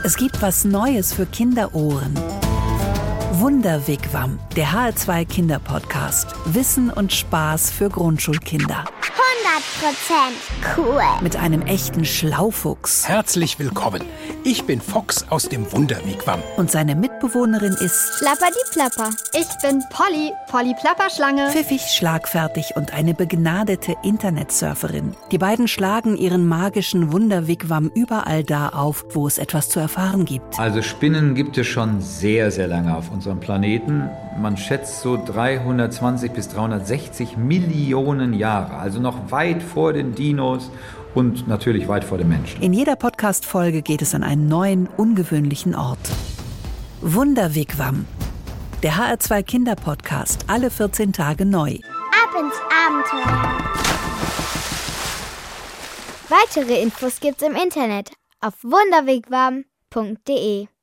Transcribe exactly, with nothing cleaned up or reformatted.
Es gibt was Neues für Kinderohren. Wunderwigwam, der H R zwei Kinderpodcast. Wissen und Spaß für Grundschulkinder. hundert Prozent cool. Mit einem echten Schlaufuchs. Herzlich willkommen. Ich bin Fox aus dem Wunderwigwam. Und seine Mitbewohnerin ist Plapperdiplapper. Ich bin Polly, Polly Plapperschlange. pfiffig, schlagfertig und eine begnadete Internetsurferin. Die beiden schlagen ihren magischen Wunderwigwam überall da auf, wo es etwas zu erfahren gibt. Also Spinnen gibt es schon sehr, sehr lange auf unserem Planeten. Man schätzt so dreihundertzwanzig bis dreihundertsechzig Millionen Jahre. Also noch weit vor den Dinos und natürlich weit vor den Menschen. In jeder Podcast-Folge geht es an einen neuen, ungewöhnlichen Ort. Wunderwigwam, der H R zwei Kinderpodcast, alle vierzehn Tage neu. Ab ins Abenteuer. Weitere Infos gibt's im Internet auf wunderwigwam punkt de.